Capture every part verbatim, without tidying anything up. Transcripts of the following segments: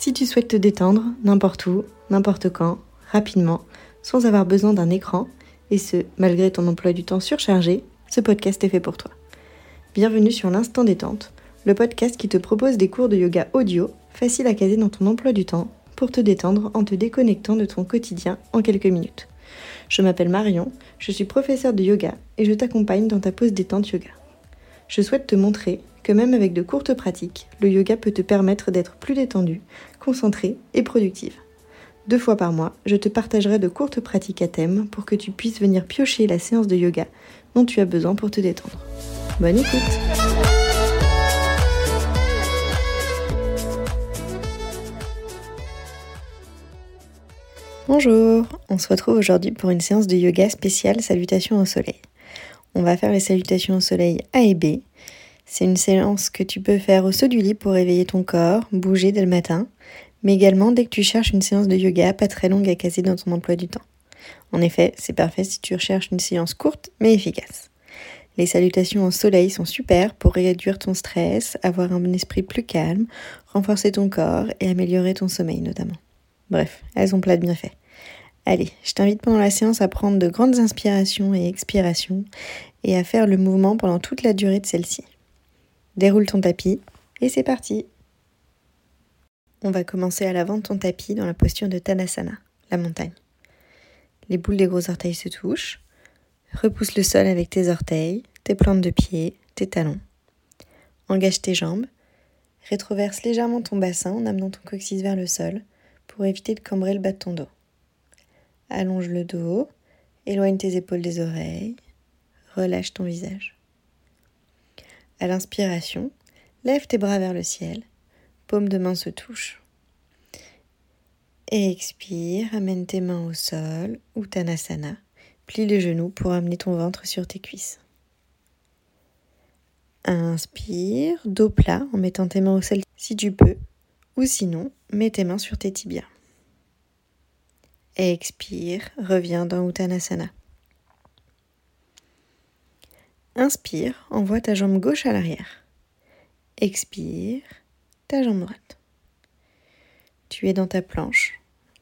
Si tu souhaites te détendre, n'importe où, n'importe quand, rapidement, sans avoir besoin d'un écran, et ce, malgré ton emploi du temps surchargé, ce podcast est fait pour toi. Bienvenue sur l'Instant Détente, le podcast qui te propose des cours de yoga audio, faciles à caser dans ton emploi du temps, pour te détendre en te déconnectant de ton quotidien en quelques minutes. Je m'appelle Marion, je suis professeure de yoga et je t'accompagne dans ta pause détente yoga. Je souhaite te montrer que même avec de courtes pratiques, le yoga peut te permettre d'être plus détendu, concentré et productive. Deux fois par mois, je te partagerai de courtes pratiques à thème pour que tu puisses venir piocher la séance de yoga dont tu as besoin pour te détendre. Bonne écoute! Bonjour, on se retrouve aujourd'hui pour une séance de yoga spéciale Salutations au soleil. On va faire les salutations au soleil A et B. C'est une séance que tu peux faire au saut du lit pour réveiller ton corps, bouger dès le matin, mais également dès que tu cherches une séance de yoga pas très longue à caser dans ton emploi du temps. En effet, c'est parfait si tu recherches une séance courte mais efficace. Les salutations au soleil sont super pour réduire ton stress, avoir un esprit plus calme, renforcer ton corps et améliorer ton sommeil notamment. Bref, elles ont plein de bienfaits. Allez, je t'invite pendant la séance à prendre de grandes inspirations et expirations et à faire le mouvement pendant toute la durée de celle-ci. Déroule ton tapis et c'est parti. On va commencer à l'avant de ton tapis dans la posture de Tadasana, la montagne. Les boules des gros orteils se touchent. Repousse le sol avec tes orteils, tes plantes de pied, tes talons. Engage tes jambes. Rétroverse légèrement ton bassin en amenant ton coccyx vers le sol pour éviter de cambrer le bas de ton dos. Allonge le dos, éloigne tes épaules des oreilles, relâche ton visage. À l'inspiration, lève tes bras vers le ciel, paumes de main se touchent. Et expire, amène tes mains au sol, Uttanasana, plie les genoux pour amener ton ventre sur tes cuisses. Inspire, dos plat en mettant tes mains au sol si tu peux, ou sinon, mets tes mains sur tes tibias. Et expire, reviens dans Uttanasana. Inspire, envoie ta jambe gauche à l'arrière. Expire, ta jambe droite. Tu es dans ta planche.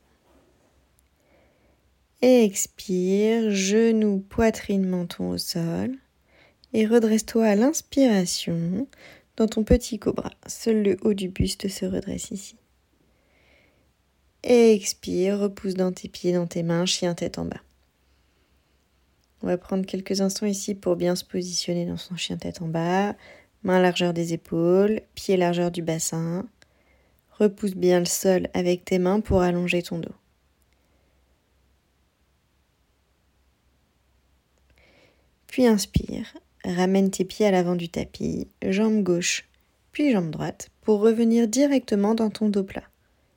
Et expire, genou, poitrine, menton au sol. Et redresse-toi à l'inspiration dans ton petit cobra. Seul le haut du buste se redresse ici. Et expire, repousse dans tes pieds, dans tes mains, chien tête en bas. On va prendre quelques instants ici pour bien se positionner dans son chien tête en bas. Main largeur des épaules, pied largeur du bassin. Repousse bien le sol avec tes mains pour allonger ton dos. Puis inspire, ramène tes pieds à l'avant du tapis, jambe gauche, puis jambe droite, pour revenir directement dans ton dos plat.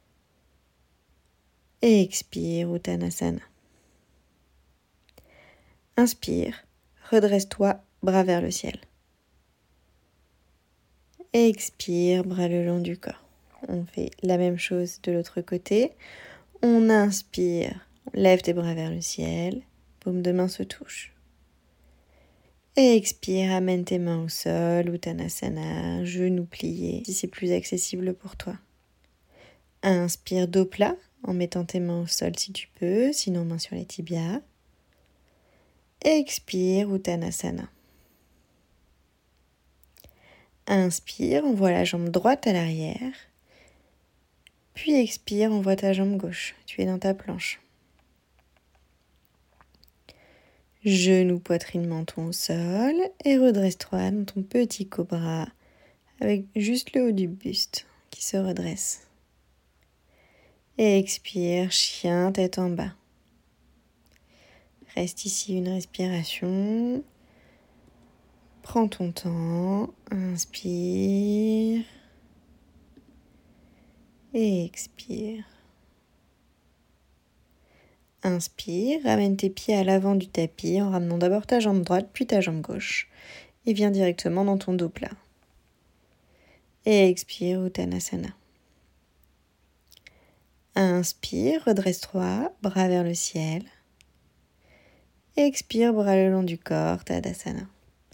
Et expire, Uttanasana. Inspire, redresse-toi, bras vers le ciel. Et expire, bras le long du corps. On fait la même chose de l'autre côté. On inspire, lève tes bras vers le ciel, paumes de main se touchent. Et expire, amène tes mains au sol, Uttanasana, genoux pliés, si c'est plus accessible pour toi. Inspire, dos plat, en mettant tes mains au sol si tu peux, sinon mains sur les tibias. Expire, Uttanasana. Inspire, envoie la jambe droite à l'arrière. Puis expire, envoie ta jambe gauche. Tu es dans ta planche. Genou, poitrine, menton au sol. Et redresse-toi dans ton petit cobra avec juste le haut du buste qui se redresse. Et expire, chien, tête en bas. Reste ici une respiration. Prends ton temps. Inspire. Et expire. Inspire, ramène tes pieds à l'avant du tapis en ramenant d'abord ta jambe droite puis ta jambe gauche. Et viens directement dans ton dos plat. Et expire, Uttanasana. Inspire, redresse-toi, bras vers le ciel. Expire, bras le long du corps, Tadasana.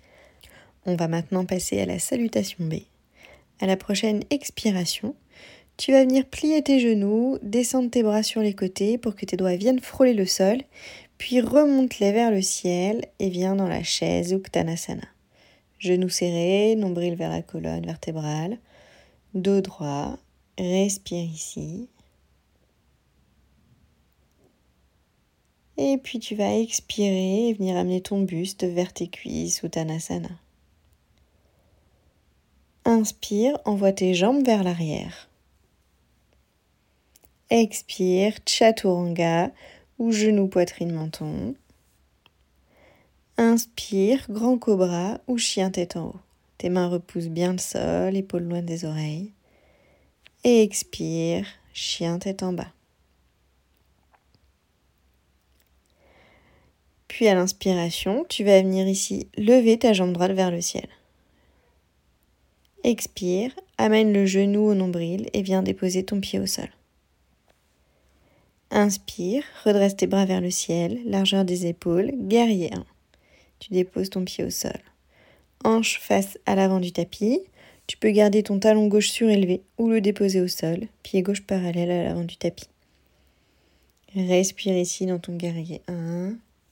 On va maintenant passer à la salutation B. À la prochaine expiration, Tu vas venir plier tes genoux, descendre tes bras sur les côtés pour que tes doigts viennent frôler le sol, puis remonte-les vers le ciel et viens dans la chaise Uttanasana. Genoux serrés, nombril vers la colonne vertébrale, dos droit, respire ici. Et puis tu vas expirer et venir amener ton buste vers tes cuisses, Uttanasana. Inspire, envoie tes jambes vers l'arrière. Expire, Chaturanga, ou genou, poitrine, menton. Inspire, grand cobra ou chien tête en haut. Tes mains repoussent bien le sol, épaules loin des oreilles. Et expire, chien tête en bas. Puis à l'inspiration, tu vas venir ici lever ta jambe droite vers le ciel. Expire, amène le genou au nombril et viens déposer ton pied au sol. Inspire, redresse tes bras vers le ciel, largeur des épaules, guerrier un. Tu déposes ton pied au sol. Hanche face à l'avant du tapis. Tu peux garder ton talon gauche surélevé ou le déposer au sol, pied gauche parallèle à l'avant du tapis. Respire ici dans ton guerrier un.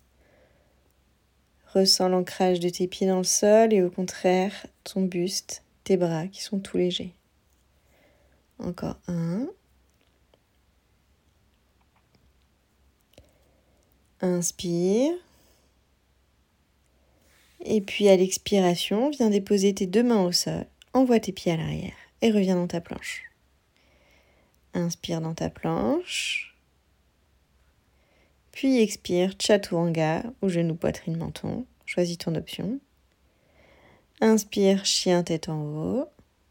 Ressens l'ancrage de tes pieds dans le sol et au contraire, ton buste, tes bras qui sont tout légers. Encore un. Inspire. Et puis à l'expiration, viens déposer tes deux mains au sol, envoie tes pieds à l'arrière et reviens dans ta planche. Inspire dans ta planche. Puis expire, Chaturanga ou genou, poitrine, menton. Choisis ton option. Inspire, chien tête en haut.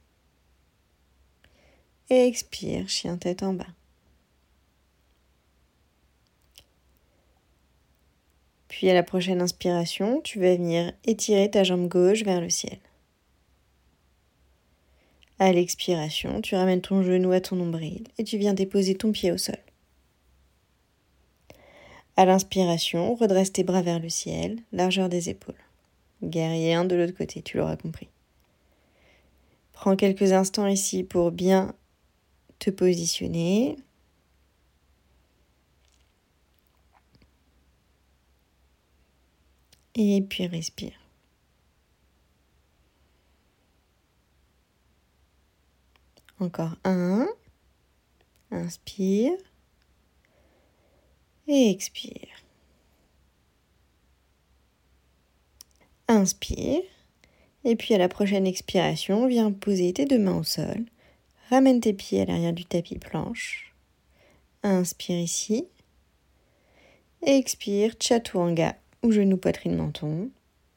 Et expire, chien tête en bas. Puis à la prochaine inspiration, tu vas venir étirer ta jambe gauche vers le ciel. À l'expiration, tu ramènes ton genou à ton nombril et tu viens déposer ton pied au sol. À l'inspiration, redresse tes bras vers le ciel, largeur des épaules. Guerrier un de l'autre côté, tu l'auras compris. Prends quelques instants ici pour bien te positionner. Et puis respire. Encore un. Inspire. Et expire. Inspire. Et puis à la prochaine expiration, viens poser tes deux mains au sol. Ramène tes pieds à l'arrière du tapis planche. Inspire ici. Expire, Chaturanga ou genou, poitrine, menton.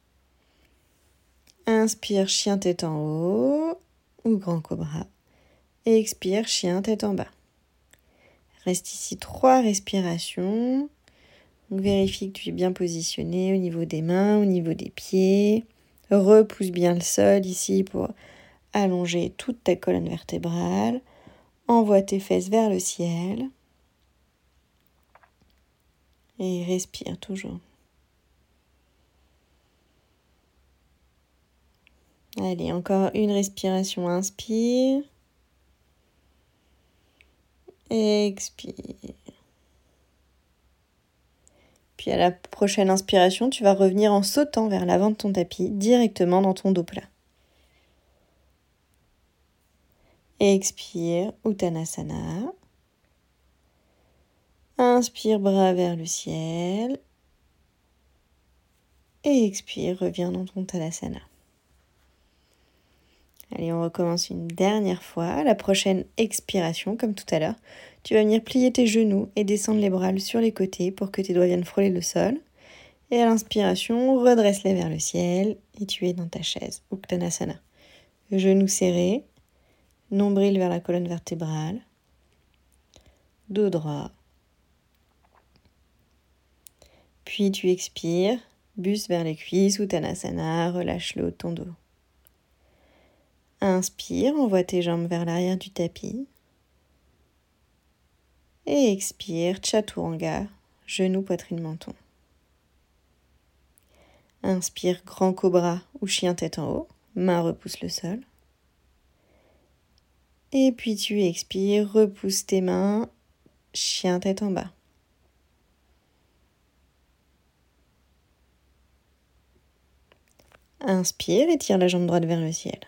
Inspire, chien tête en haut ou grand cobra. Et expire, chien tête en bas. Reste ici trois respirations. Donc vérifie que tu es bien positionné au niveau des mains, au niveau des pieds. Repousse bien le sol ici pour allonger toute ta colonne vertébrale. Envoie tes fesses vers le ciel. Et respire toujours. Allez, encore une respiration. Inspire. Expire. Puis à la prochaine inspiration, tu vas revenir en sautant vers l'avant de ton tapis, directement dans ton dos plat. Expire, Uttanasana. Inspire, bras vers le ciel. Et expire, reviens dans ton Tadasana. Allez, on recommence une dernière fois. La prochaine expiration, comme tout à l'heure, tu vas venir plier tes genoux et descendre les bras sur les côtés pour que tes doigts viennent frôler le sol. Et à l'inspiration, redresse-les vers le ciel et tu es dans ta chaise, Uttanasana. Genoux serrés, nombril vers la colonne vertébrale, dos droit. Puis tu expires, buste vers les cuisses, Uttanasana, relâche le haut de ton dos. Inspire, envoie tes jambes vers l'arrière du tapis. Et expire, Chaturanga, genou, poitrine, menton. Inspire, grand cobra ou chien tête en haut, main repousse le sol. Et puis tu expires, repousse tes mains, chien tête en bas. Inspire, étire la jambe droite vers le ciel.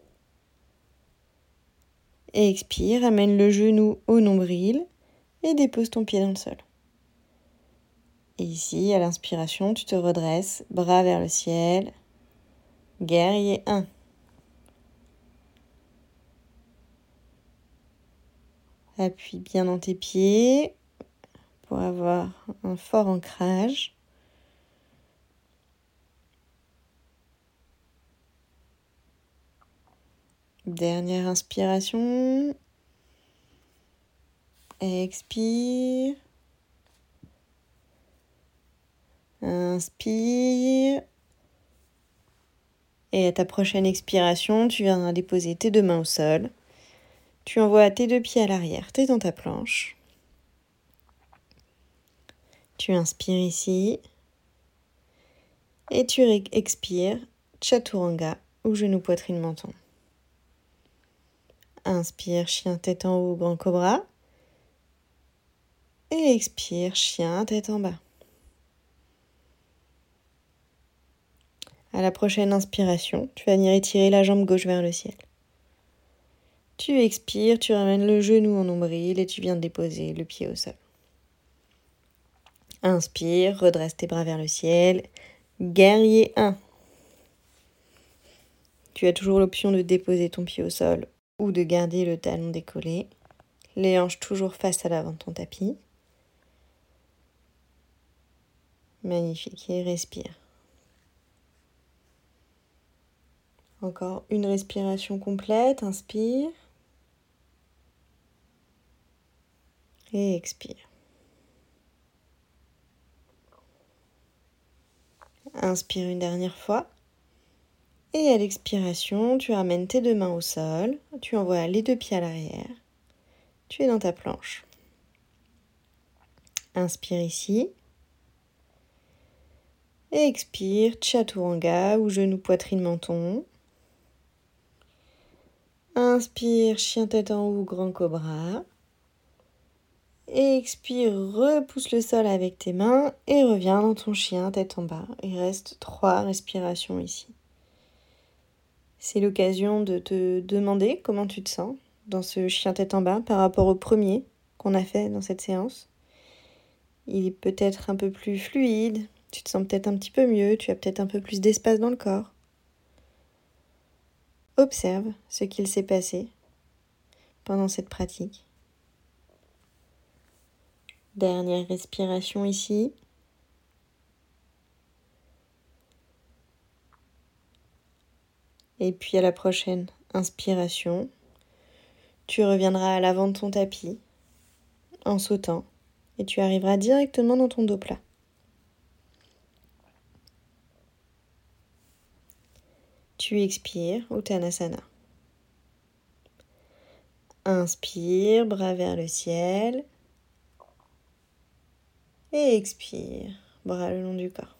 Expire, amène le genou au nombril et dépose ton pied dans le sol. Et ici, à l'inspiration, tu te redresses, bras vers le ciel. Guerrier un. Appuie bien dans tes pieds pour avoir un fort ancrage. Dernière inspiration. Expire. Inspire. Et à ta prochaine expiration, tu viendras déposer tes deux mains au sol. Tu envoies tes deux pieds à l'arrière, tu es dans ta planche. Tu inspires ici. Et tu expires, Chaturanga ou genou poitrine menton. Inspire, chien tête en haut, grand cobra. Et expire, chien tête en bas. À la prochaine inspiration, tu vas venir étirer la jambe gauche vers le ciel. Tu expires, tu ramènes le genou en nombril et tu viens de déposer le pied au sol. Inspire, redresse tes bras vers le ciel. Guerrier un. Tu as toujours l'option de déposer ton pied au sol ou de garder le talon décollé. Les hanches toujours face à l'avant de ton tapis. Magnifique, et respire. Encore une respiration complète, inspire. Et expire. Inspire une dernière fois. Et à l'expiration, tu ramènes tes deux mains au sol. Tu envoies les deux pieds à l'arrière. Tu es dans ta planche. Inspire ici. Et expire, Chaturanga ou genou poitrine menton. Inspire, chien tête en haut, grand cobra. Et expire, repousse le sol avec tes mains et reviens dans ton chien tête en bas. Il reste trois respirations ici. C'est l'occasion de te demander comment tu te sens dans ce chien tête en bas par rapport au premier qu'on a fait dans cette séance. Il est peut-être un peu plus fluide, tu te sens peut-être un petit peu mieux, tu as peut-être un peu plus d'espace dans le corps. Observe ce qu'il s'est passé pendant cette pratique. Dernière respiration ici. Et puis à la prochaine inspiration, tu reviendras à l'avant de ton tapis en sautant et tu arriveras directement dans ton dos plat. Tu expires, Uttanasana. Inspire, bras vers le ciel. Et expire, bras le long du corps.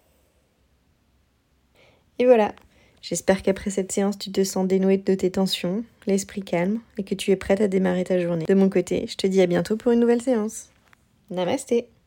Et voilà, j'espère qu'après cette séance, tu te sens dénoué de tes tensions, l'esprit calme et que tu es prête à démarrer ta journée. De mon côté, je te dis à bientôt pour une nouvelle séance. Namasté.